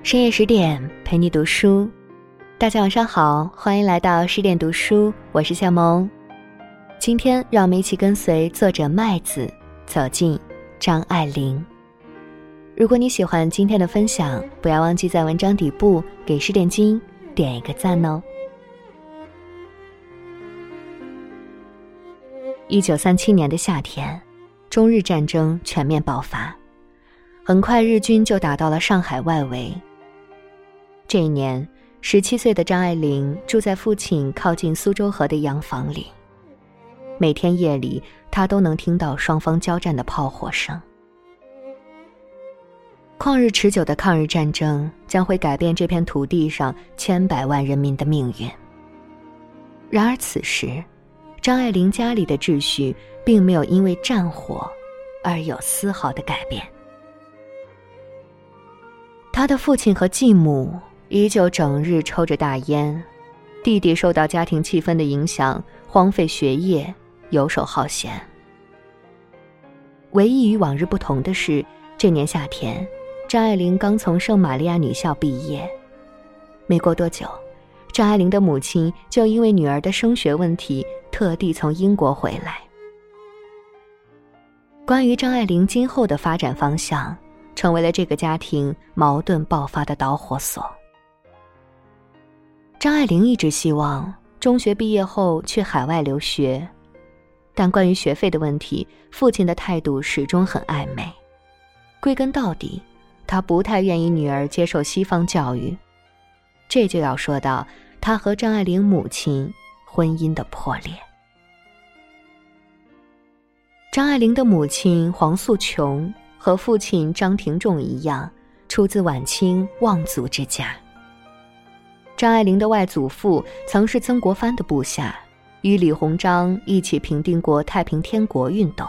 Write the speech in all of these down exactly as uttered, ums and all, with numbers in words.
深夜十点陪你读书，大家晚上好，欢迎来到十点读书，我是夏萌。今天让我们一起跟随作者麦子走进张爱玲。如果你喜欢今天的分享，不要忘记在文章底部给十点君点一个赞哦。一九三七年的夏天，中日战争全面爆发，很快日军就打到了上海外围。这一年，十七岁的张爱玲住在父亲靠近苏州河的洋房里，每天夜里她都能听到双方交战的炮火声。旷日持久的抗日战争将会改变这片土地上千百万人民的命运。然而此时，张爱玲家里的秩序并没有因为战火而有丝毫的改变。她的父亲和继母依旧整日抽着大烟，弟弟受到家庭气氛的影响，荒废学业，游手好闲。唯一与往日不同的是，这年夏天，张爱玲刚从圣玛利亚女校毕业。没过多久，张爱玲的母亲就因为女儿的升学问题，特地从英国回来。关于张爱玲今后的发展方向，成为了这个家庭矛盾爆发的导火索。张爱玲一直希望中学毕业后去海外留学，但关于学费的问题，父亲的态度始终很暧昧。归根到底，他不太愿意女儿接受西方教育。这就要说到他和张爱玲母亲婚姻的破裂。张爱玲的母亲黄素琼和父亲张廷仲一样，出自晚清望族之家。张爱玲的外祖父曾是曾国藩的部下，与李鸿章一起平定过太平天国运动。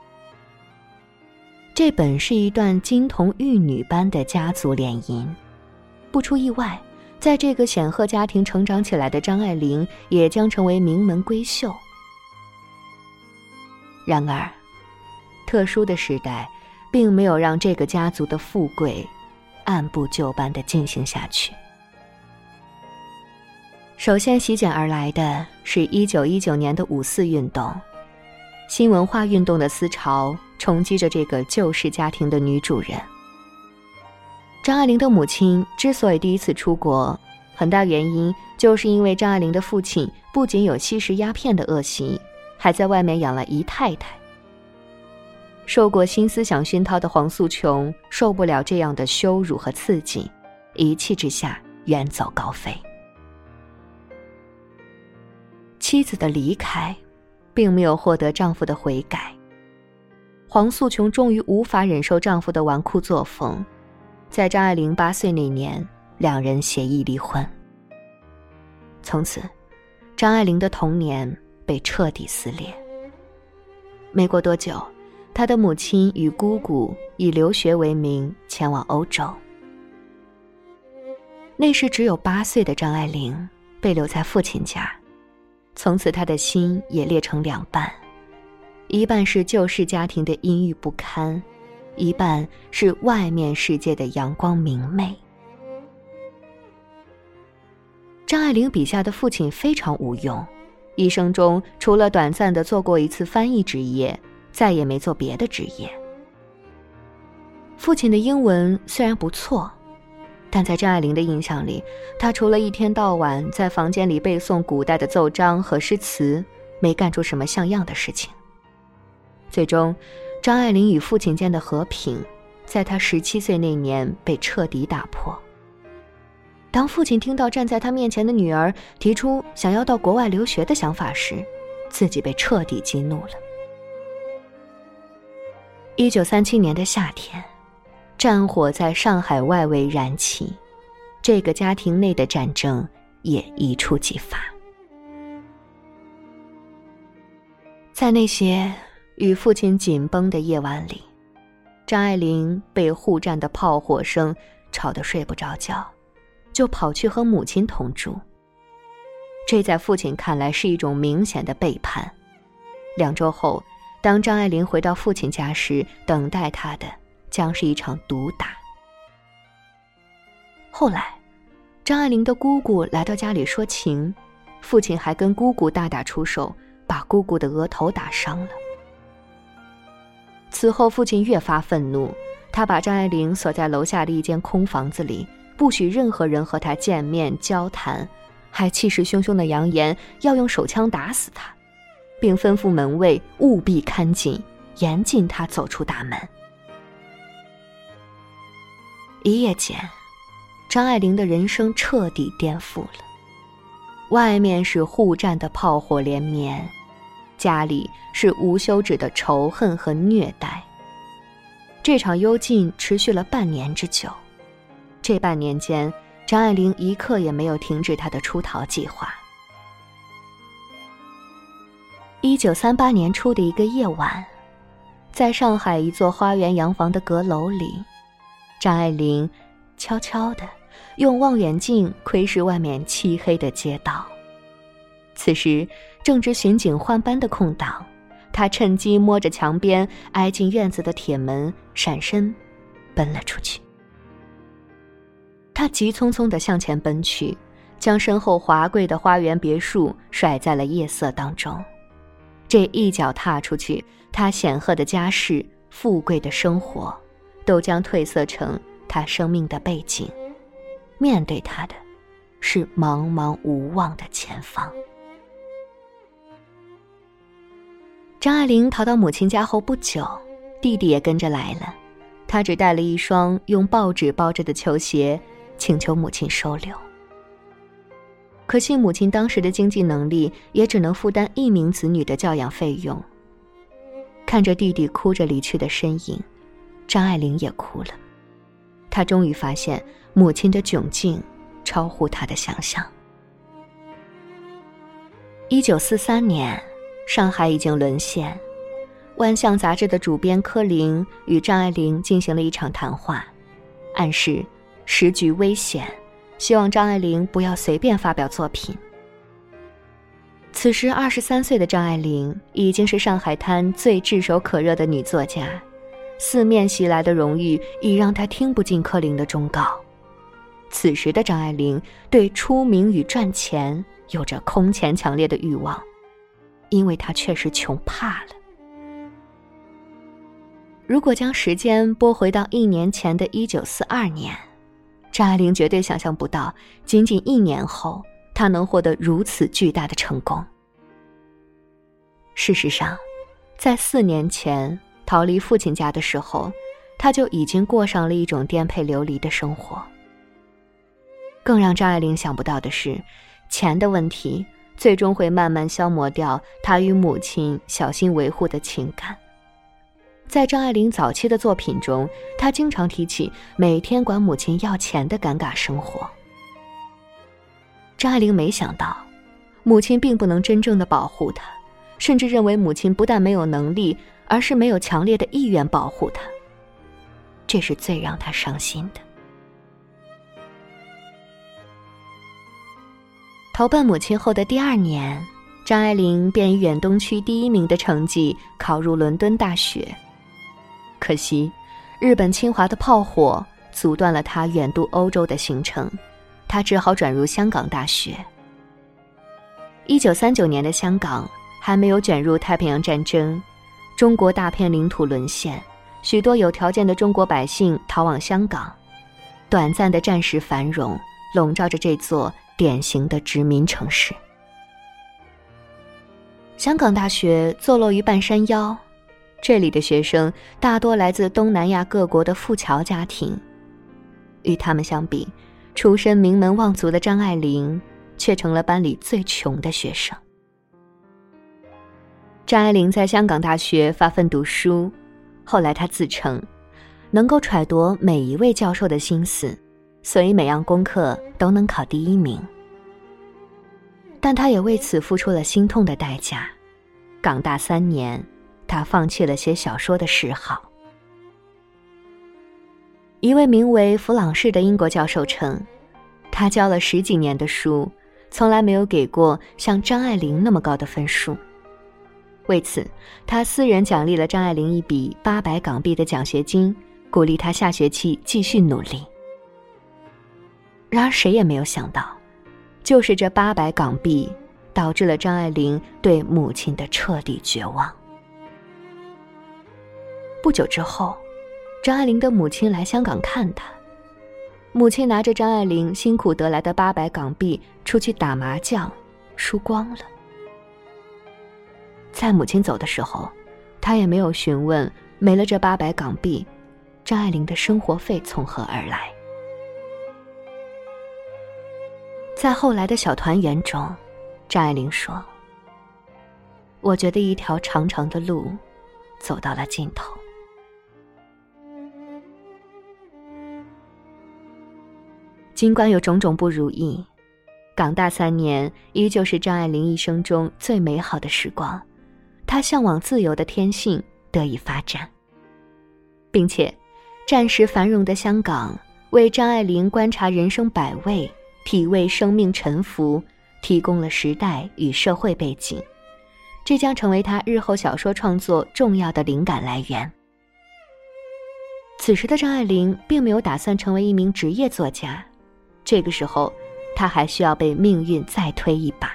这本是一段金童玉女般的家族联姻，不出意外，在这个显赫家庭成长起来的张爱玲也将成为名门闺秀。然而，特殊的时代并没有让这个家族的富贵按部就班地进行下去。首先席卷而来的是一九一九年的五四运动，新文化运动的思潮冲击着这个旧式家庭的女主人。张爱玲的母亲之所以第一次出国，很大原因就是因为张爱玲的父亲不仅有吸食鸦片的恶习，还在外面养了姨太太。受过新思想熏陶的黄素琼受不了这样的羞辱和刺激，一气之下远走高飞。妻子的离开并没有获得丈夫的悔改，黄素琼终于无法忍受丈夫的纨绔作风，在张爱玲八岁那年，两人协议离婚。从此，张爱玲的童年被彻底撕裂。没过多久，她的母亲与姑姑以留学为名前往欧洲。那时只有八岁的张爱玲被留在父亲家，从此她的心也裂成两半，一半是旧式家庭的阴郁不堪，一半是外面世界的阳光明媚。张爱玲笔下的父亲非常无用，一生中除了短暂地做过一次翻译职业，再也没做别的职业。父亲的英文虽然不错，但在张爱玲的印象里，他除了一天到晚在房间里背诵古代的奏章和诗词，没干出什么像样的事情。最终，张爱玲与父亲间的和平，在她十七岁那年被彻底打破。当父亲听到站在他面前的女儿提出想要到国外留学的想法时，自己被彻底激怒了。一九三七年的夏天，战火在上海外围燃起，这个家庭内的战争也一触即发。在那些与父亲紧绷的夜晚里，张爱玲被互战的炮火声吵得睡不着觉，就跑去和母亲同住。这在父亲看来是一种明显的背叛。两周后，当张爱玲回到父亲家时，等待她的将是一场毒打。 后来张爱玲的姑姑来到家里说情，父亲还跟姑姑大打出手，把姑姑的额头打伤了。此后父亲越发愤怒，他把张爱玲锁在楼下的一间空房子里，不许任何人和她见面交谈，还气势汹汹地扬言要用手枪打死她，并吩咐门卫务必看紧，严禁她走出大门。一夜间，张爱玲的人生彻底颠覆了。外面是互战的炮火连绵，家里是无休止的仇恨和虐待。这场幽禁持续了半年之久，这半年间，张爱玲一刻也没有停止她的出逃计划。一九三八年初的一个夜晚，在上海一座花园洋房的阁楼里，张爱玲悄悄地用望远镜窥视外面漆黑的街道。此时正值巡警换班的空档，他趁机摸着墙边挨进院子的铁门，闪身奔了出去。他急匆匆地向前奔去，将身后华贵的花园别墅甩在了夜色当中。这一脚踏出去，他显赫的家世、富贵的生活都将褪色成他生命的背景，面对他的是茫茫无望的前方。张爱玲逃到母亲家后不久，弟弟也跟着来了，他只带了一双用报纸包着的球鞋，请求母亲收留。可惜母亲当时的经济能力也只能负担一名子女的教养费用。看着弟弟哭着离去的身影，张爱玲也哭了。她终于发现母亲的窘境超乎她的想象。一九四三年，上海已经沦陷，万象杂志的主编柯林与张爱玲进行了一场谈话，暗示时局危险，希望张爱玲不要随便发表作品。此时二十三岁的张爱玲已经是上海滩最炙手可热的女作家，四面袭来的荣誉已让她听不进柯林的忠告。此时的张爱玲对出名与赚钱有着空前强烈的欲望，因为她确实穷怕了。如果将时间拨回到一年前的一九四二年，张爱玲绝对想象不到仅仅一年后她能获得如此巨大的成功。事实上，在四年前逃离父亲家的时候，她就已经过上了一种颠沛流离的生活。更让张爱玲想不到的是，钱的问题最终会慢慢消磨掉她与母亲小心维护的情感。在张爱玲早期的作品中，她经常提起每天管母亲要钱的尴尬生活。张爱玲没想到，母亲并不能真正的保护她，甚至认为母亲不但没有能力，而是没有强烈的意愿保护她。这是最让她伤心的。投奔母亲后的第二年，张爱玲便以远东区第一名的成绩考入伦敦大学。可惜日本侵华的炮火阻断了她远渡欧洲的行程，她只好转入香港大学。一九三九年的香港还没有卷入太平洋战争，中国大片领土沦陷，许多有条件的中国百姓逃往香港，短暂的战时繁荣笼罩着这座典型的殖民城市。香港大学坐落于半山腰，这里的学生大多来自东南亚各国的富侨家庭。与他们相比，出身名门望族的张爱玲却成了班里最穷的学生。张爱玲在香港大学发奋读书，后来她自称能够揣度每一位教授的心思，所以每样功课都能考第一名。但她也为此付出了心痛的代价。港大三年，她放弃了写小说的嗜好。一位名为弗朗士的英国教授称，他教了十几年的书，从来没有给过像张爱玲那么高的分数。为此，他私人奖励了张爱玲一笔八百港币的奖学金，鼓励她下学期继续努力。 然而谁也没有想到，就是这八百港币导致了张爱玲对母亲的彻底绝望。不久之后，张爱玲的母亲来香港看她，母亲拿着张爱玲辛苦得来的八百港币出去打麻将，输光了。在母亲走的时候，她也没有询问没了这八百港币，张爱玲的生活费从何而来。在后来的小团圆中，张爱玲说：“我觉得一条长长的路走到了尽头。”尽管有种种不如意，港大三年依旧是张爱玲一生中最美好的时光，她向往自由的天性得以发展，并且战时繁荣的香港为张爱玲观察人生百味、体味生命沉浮提供了时代与社会背景，这将成为她日后小说创作重要的灵感来源。此时的张爱玲并没有打算成为一名职业作家，这个时候她还需要被命运再推一把。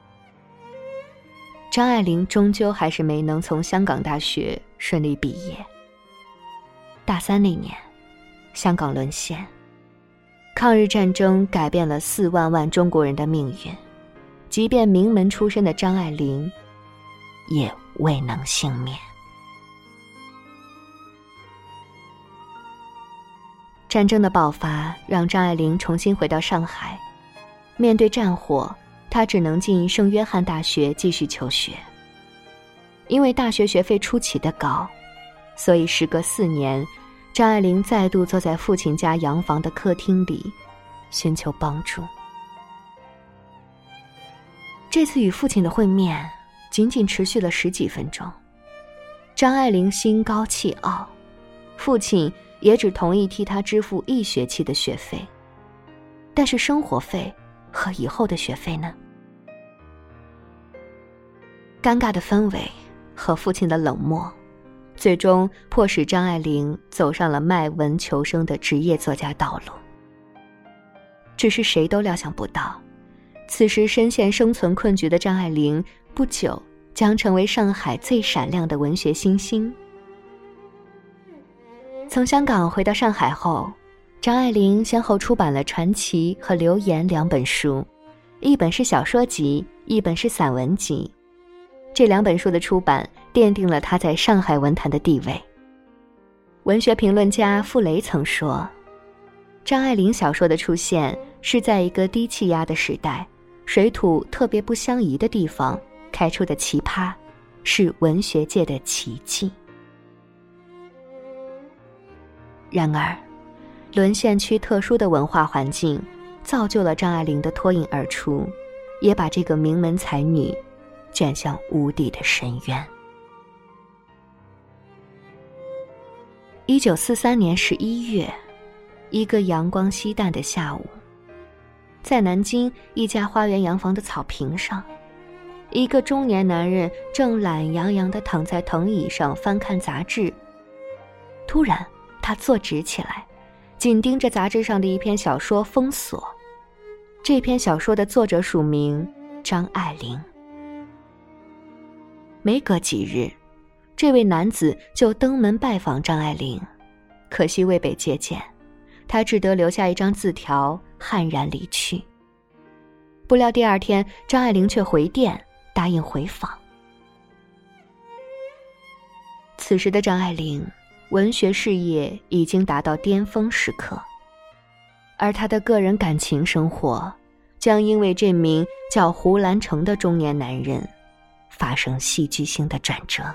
张爱玲终究还是没能从香港大学顺利毕业。大三那年，香港沦陷，抗日战争改变了四万万中国人的命运，即便名门出身的张爱玲也未能幸免。战争的爆发让张爱玲重新回到上海，面对战火，她只能进圣约翰大学继续求学。因为大学学费出奇的高，所以时隔四年，张爱玲再度坐在父亲家洋房的客厅里，寻求帮助。这次与父亲的会面仅仅持续了十几分钟，张爱玲心高气傲，父亲也只同意替她支付一学期的学费，但是生活费和以后的学费呢？尴尬的氛围和父亲的冷漠，最终迫使张爱玲走上了卖文求生的职业作家道路。只是谁都料想不到，此时深陷生存困局的张爱玲不久将成为上海最闪亮的文学新星。从香港回到上海后，张爱玲先后出版了《传奇》和《流言》两本书，一本是小说集，一本是散文集。这两本书的出版奠定了她在上海文坛的地位。文学评论家傅雷曾说，张爱玲小说的出现是在一个低气压的时代，水土特别不相宜的地方开出的奇葩，是文学界的奇迹。然而，沦陷区特殊的文化环境造就了张爱玲的脱颖而出，也把这个名门才女卷向无底的深渊。一九四三年十一月，一个阳光稀淡的下午，在南京一家花园洋房的草坪上，一个中年男人正懒洋洋地躺在藤椅上翻看杂志。突然他坐直起来，紧盯着杂志上的一篇小说《封锁》。这篇小说的作者署名张爱玲。没隔几日，这位男子就登门拜访张爱玲，可惜未被接见，他只得留下一张字条，悍然离去。不料第二天，张爱玲却回电答应回访。此时的张爱玲文学事业已经达到巅峰时刻，而她的个人感情生活将因为这名叫胡兰成的中年男人发生戏剧性的转折。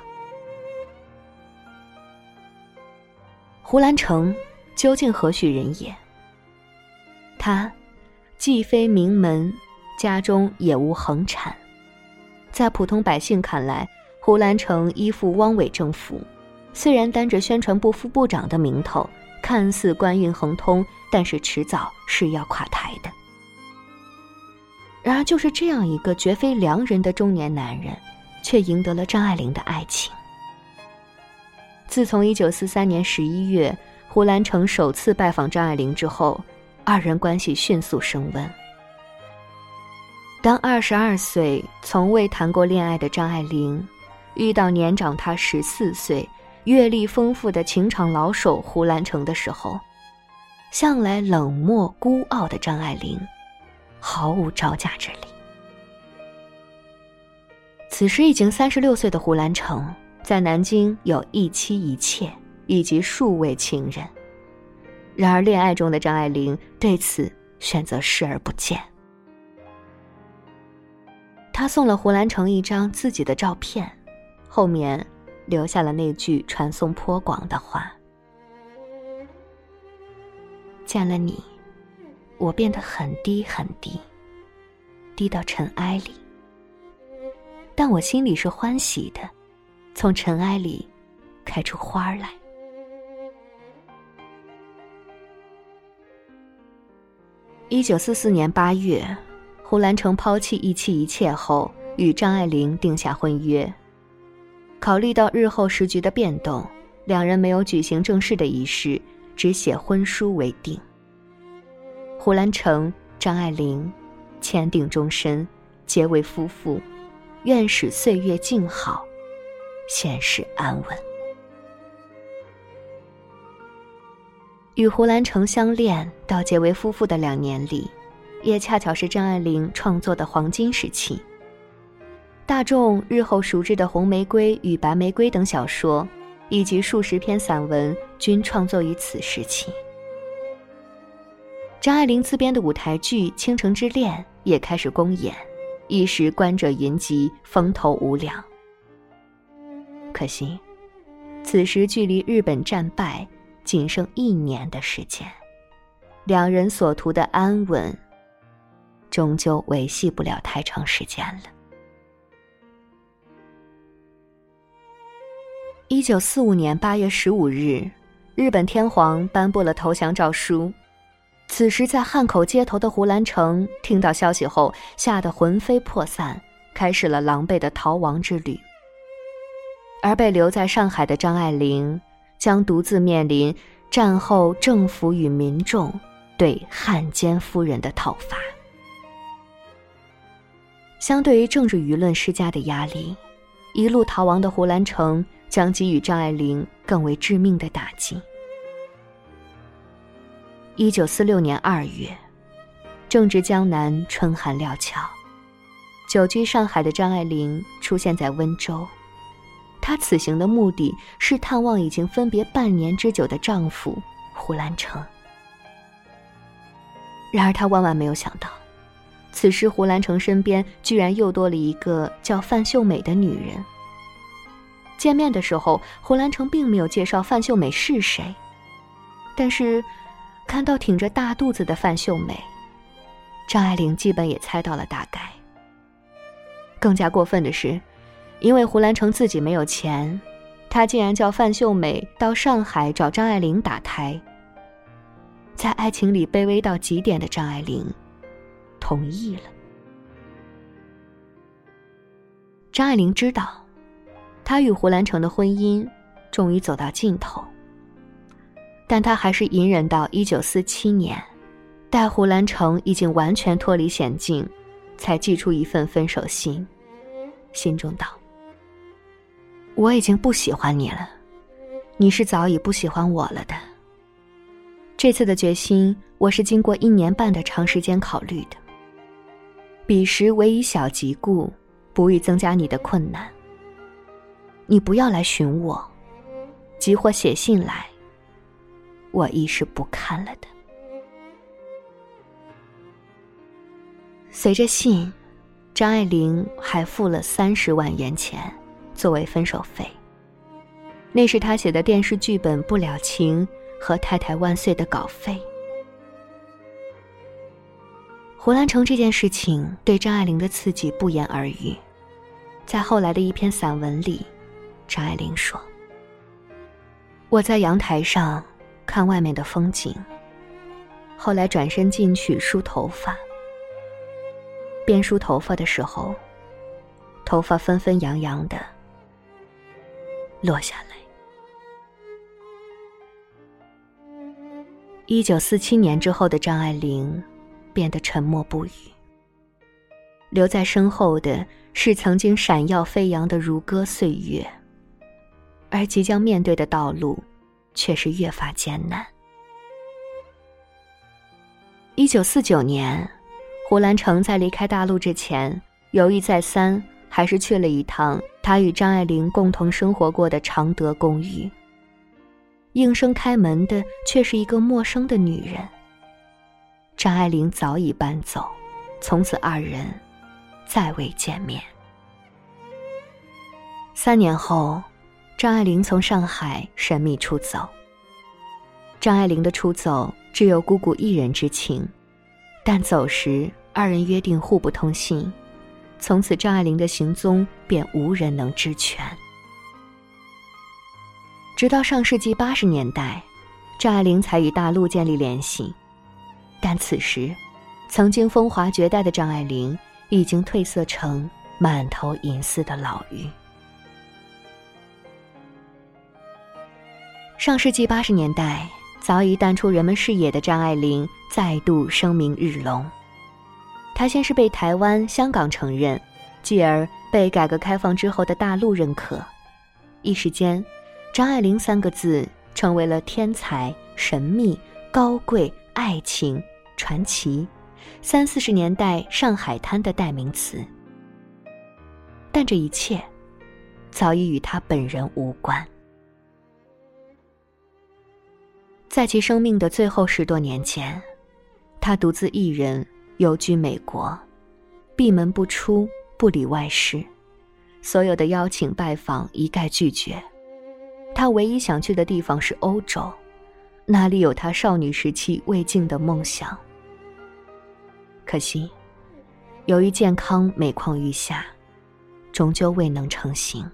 胡兰成究竟何许人也？他既非名门，家中也无横产，在普通百姓看来，胡兰成依附汪伪政府，虽然担着宣传部副部长的名头，看似官运亨通，但是迟早是要垮台的。然而就是这样一个绝非良人的中年男人，却赢得了张爱玲的爱情。自从一九四三年十一月胡兰成首次拜访张爱玲之后， 二人关系迅速升温。当二十二岁从未谈过恋爱的张爱玲遇到年长她十四岁阅历丰富的情场老手胡兰成的时候，向来冷漠孤傲的张爱玲毫无招架之力。此时已经三十六岁的胡兰成在南京有一妻一妾以及数位情人，然而恋爱中的张爱玲对此选择视而不见。她送了胡兰成一张自己的照片，后面留下了那句传颂颇广的话：见了你，我变得很低很低，低到尘埃里，但我心里是欢喜的，从尘埃里开出花来。一九四四年八月，胡兰成抛弃一妻一妾后，与张爱玲定下婚约。考虑到日后时局的变动，两人没有举行正式的仪式，只写婚书为定。胡兰成、张爱玲签订终身，结为夫妇，愿使岁月静好，现世安稳。与胡兰成相恋到结为夫妇的两年里，也恰巧是张爱玲创作的黄金时期。大众日后熟知的《红玫瑰》与《白玫瑰》等小说，以及数十篇散文均创作于此时期。张爱玲自编的舞台剧《倾城之恋》也开始公演，一时观者云集，风头无两。可惜此时距离日本战败仅剩一年的时间，两人所图的安稳终究维系不了太长时间了。一九四五年八月十五日，日本天皇颁布了投降诏书。此时在汉口街头的胡兰成听到消息后，吓得魂飞魄散，开始了狼狈的逃亡之旅。而被留在上海的张爱玲将独自面临战后政府与民众对汉奸夫人的讨伐。相对于政治舆论施加的压力，一路逃亡的胡兰成将给予张爱玲更为致命的打击。一九四六年二月，正值江南春寒料峭，久居上海的张爱玲出现在温州。她此行的目的是探望已经分别半年之久的丈夫胡兰成。然而她万万没有想到，此时胡兰成身边居然又多了一个叫范秀美的女人。见面的时候，胡兰成并没有介绍范秀美是谁，但是看到挺着大肚子的范秀美，张爱玲基本也猜到了大概。更加过分的是，因为胡兰成自己没有钱，他竟然叫范秀美到上海找张爱玲打胎。在爱情里卑微到极点的张爱玲同意了。张爱玲知道她与胡兰成的婚姻终于走到尽头，但她还是隐忍到一九四七年，待胡兰成已经完全脱离险境，才寄出一份分手信，信中道：我已经不喜欢你了，你是早已不喜欢我了的。这次的决心，我是经过一年半的长时间考虑的。彼时唯以小及故，不欲增加你的困难。你不要来寻我，即或写信来，我亦是不看了的。随着信，张爱玲还付了三十万元钱作为分手费，那是她写的电视剧本《不了情》和《太太万岁》的稿费。胡兰成这件事情对张爱玲的刺激不言而喻，在后来的一篇散文里，张爱玲说：我在阳台上看外面的风景，后来转身进去梳头发，边梳头发的时候，头发纷纷扬扬的落下来。 一九四七年之后的张爱玲变得沉默不语，留在身后的是曾经闪耀飞扬的如歌岁月，而即将面对的道路却是越发艰难。一九四九年，胡兰成在离开大陆之前，犹豫再三，还是去了一趟他与张爱玲共同生活过的常德公寓。应声开门的却是一个陌生的女人。张爱玲早已搬走，从此二人再未见面。三年后，张爱玲从上海神秘出走。张爱玲的出走只有姑姑一人知情，但走时二人约定互不通信，从此张爱玲的行踪便无人能知全。直到上世纪八十年代，张爱玲才与大陆建立联系，但此时曾经风华绝代的张爱玲已经褪色成满头银丝的老妪。上世纪八十年代，早已淡出人们视野的张爱玲再度声名日隆。她先是被台湾、香港承认，继而被改革开放之后的大陆认可。一时间，张爱玲三个字成为了天才、神秘、高贵、爱情、传奇，三四十年代上海滩的代名词。但这一切早已与她本人无关。在其生命的最后十多年间，她独自一人游居美国，闭门不出，不理外事，所有的邀请拜访一概拒绝。她唯一想去的地方是欧洲，那里有她少女时期未尽的梦想。可惜，由于健康每况愈下，终究未能成行。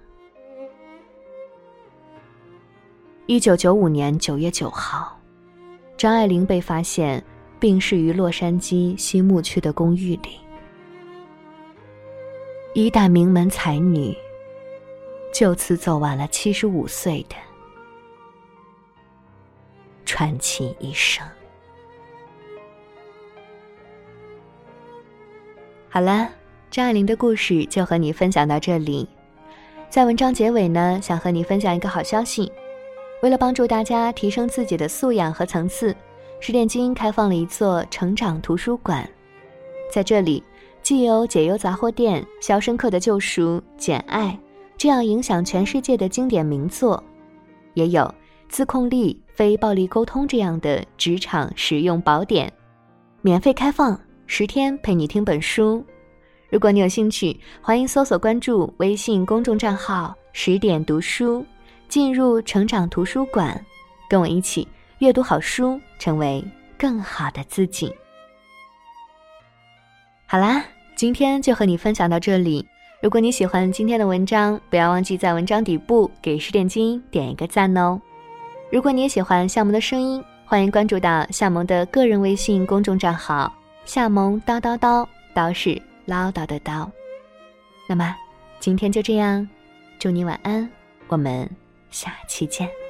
一九九五年九月九号，张爱玲被发现病逝于洛杉矶西木区的公寓里。一代名门才女，就此走完了七十五岁的传奇一生。好了，张爱玲的故事就和你分享到这里。在文章结尾呢，想和你分享一个好消息。为了帮助大家提升自己的素养和层次，十点君开放了一座成长图书馆。在这里，既有解忧杂货店、肖申克的救赎、简爱这样影响全世界的经典名作，也有自控力、非暴力沟通这样的职场实用宝典。免费开放，十天陪你听本书。如果你有兴趣，欢迎搜索关注微信公众账号十点读书，进入成长图书馆，跟我一起阅读好书，成为更好的自己。好啦，今天就和你分享到这里。如果你喜欢今天的文章，不要忘记在文章底部给十点君点一个赞哦。如果你也喜欢夏萌的声音，欢迎关注到夏萌的个人微信公众账号夏萌叨叨叨，叨是唠叨的叨。那么今天就这样，祝你晚安，我们下期见。